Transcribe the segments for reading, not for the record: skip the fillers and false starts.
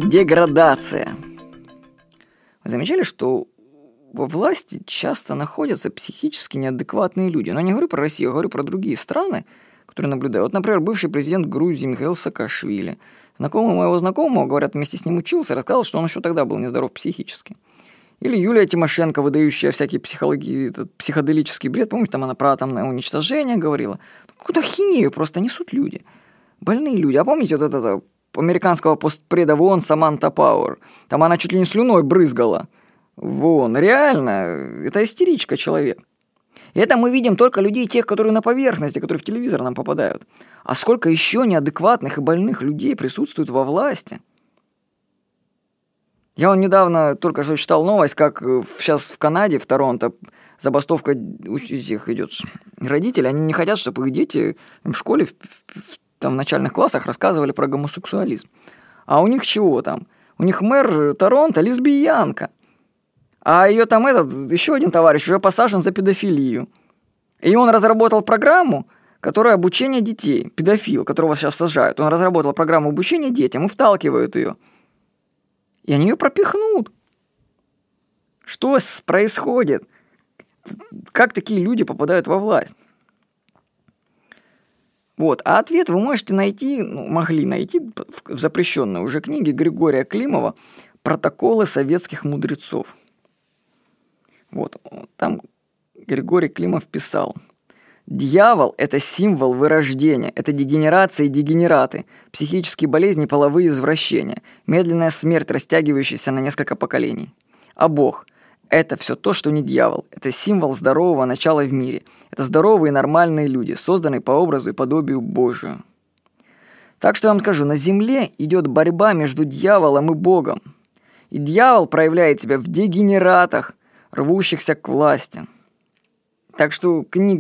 Деградация. Вы замечали, что во власти часто находятся психически неадекватные люди? Но я не говорю про Россию, я говорю про другие страны, которые наблюдают. Вот, например, бывший президент Грузии Михаил Саакашвили. Знакомый моего знакомого, говорят, вместе с ним учился, рассказал, что он еще тогда был нездоров психически. Или Юлия Тимошенко, выдающая всякий психоделический бред. Помните, там она про атомное уничтожение говорила? Какую-то хинею просто несут люди. Больные люди. А помните вот это американского постпреда в ООН Саманта Пауэр? Там она чуть ли не слюной брызгала. Вон, реально, это истеричка человек. И это мы видим только людей, тех, которые на поверхности, которые в телевизор нам попадают. А сколько еще неадекватных и больных людей присутствует во власти? Я недавно только что читал новость, как сейчас в Канаде, в Торонто, забастовка этих идет родителей. Они не хотят, чтобы их дети в школе, в начальных классах рассказывали про гомосексуализм. А у них чего там? У них мэр Торонто лесбиянка. А ее там еще один товарищ уже посажен за педофилию. И он разработал программу, которая обучение детей, педофил, которого сейчас сажают. Он разработал программу обучения детям и вталкивают ее. И они ее пропихнут. Что происходит? Как такие люди попадают во власть? Вот. А ответ вы можете найти, могли найти в запрещенной уже книге Григория Климова «Протоколы советских мудрецов». Вот. Там Григорий Климов писал: «Дьявол – это символ вырождения, это дегенерация и дегенераты, психические болезни, половые извращения, медленная смерть, растягивающаяся на несколько поколений. А Бог – это все то, что не дьявол, это символ здорового начала в мире, это здоровые и нормальные люди, созданные по образу и подобию Божию». Так что я вам скажу, на земле идет борьба между дьяволом и Богом. И дьявол проявляет себя в дегенератах, рвущихся к власти. Так что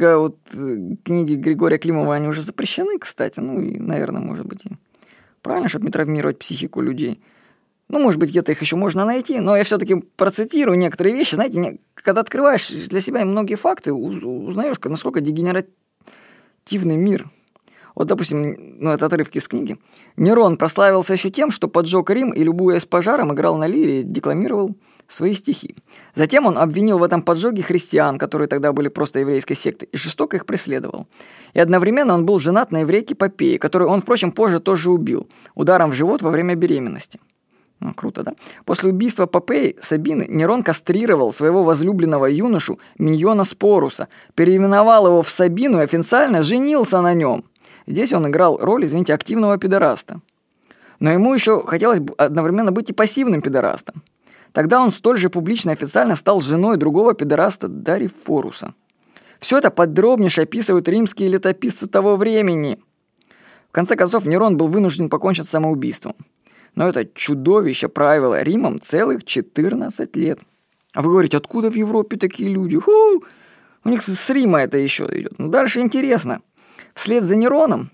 книги Григория Климова, они уже запрещены, кстати. И, наверное, может быть, и правильно, чтобы не травмировать психику людей. Может быть, где-то их еще можно найти, но я все-таки процитирую некоторые вещи. Знаете, когда открываешь для себя многие факты, узнаешь, насколько дегенеративный мир. Вот, допустим, это отрывки из книги. Нерон прославился еще тем, что поджег Рим и, любуясь пожаром, играл на лире и декламировал свои стихи. Затем он обвинил в этом поджоге христиан, которые тогда были просто еврейской сектой, и жестоко их преследовал. И одновременно он был женат на еврейке Попее, которую он, впрочем, позже тоже убил, ударом в живот во время беременности. Круто, да? После убийства Попеи Сабины Нерон кастрировал своего возлюбленного юношу Миньона Споруса, переименовал его в Сабину и официально женился на нем. Здесь он играл роль, активного педераста. Но ему еще хотелось одновременно быть и пассивным педерастом. Тогда он столь же публично и официально стал женой другого педераста Дарифоруса. Все это подробнейше описывают римские летописцы того времени. В конце концов, Нерон был вынужден покончить самоубийством. Но это чудовище правило Римом целых 14 лет. А вы говорите, откуда в Европе такие люди? У них с Рима это еще идет. Дальше интересно. Вслед за Нероном,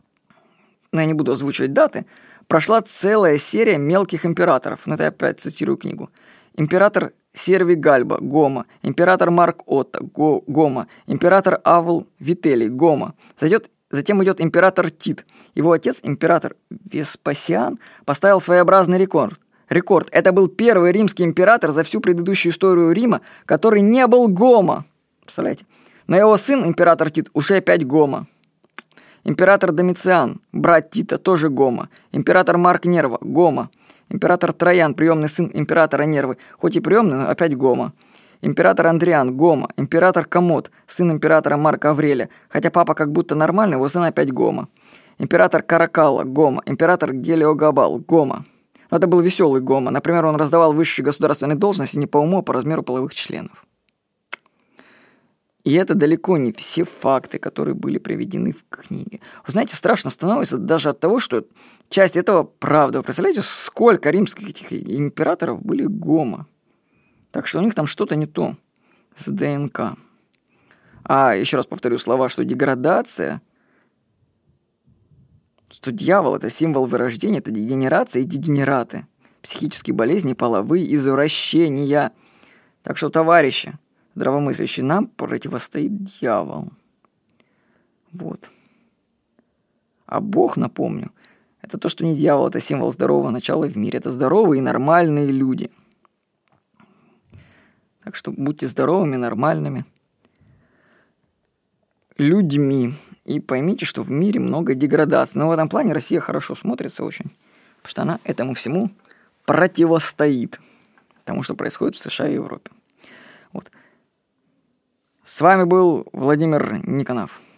я не буду озвучивать даты, прошла целая серия мелких императоров. Это я опять цитирую книгу. Император Сервий Гальба, Гома. Император Марк Отто, Гома. Император Авл Вителий, Гома. Затем идет император Тит. Его отец, император Веспасиан, поставил своеобразный рекорд. Это был первый римский император за всю предыдущую историю Рима, который не был Гома. Представляете? Но его сын, император Тит, уже опять Гома. Император Домициан, брат Тита, тоже Гома. Император Марк Нерва, Гома. Император Троян, приемный сын императора Нервы, хоть и приемный, но опять Гома. Император Андриан, Гома. Император Комод, сын императора Марка Аврелия, хотя папа как будто нормальный, его сын опять Гома. Император Каракалла, Гома. Император Гелиогабал, Гома. Но это был веселый Гома. Например, он раздавал высшие государственные должности не по уму, а по размеру половых членов. И это далеко не все факты, которые были приведены в книге. Вы знаете, страшно становится даже от того, что часть этого правда. Вы представляете, сколько римских этих императоров были Гома? Так что у них там что-то не то с ДНК. А еще раз повторю слова, что деградация, что дьявол – это символ вырождения, это дегенерация и дегенераты, психические болезни, половые извращения. Так что, товарищи, здравомыслящий, нам противостоит дьявол. Вот. А Бог, напомню, Это то, что не дьявол, это символ здорового начала в мире. Это здоровые и нормальные люди. Так что будьте здоровыми, нормальными людьми. И поймите, что в мире много деградации. Но в этом плане Россия хорошо смотрится очень. Потому что она этому всему противостоит. Тому, что происходит в США и Европе. Вот. С вами был Владимир Никонов.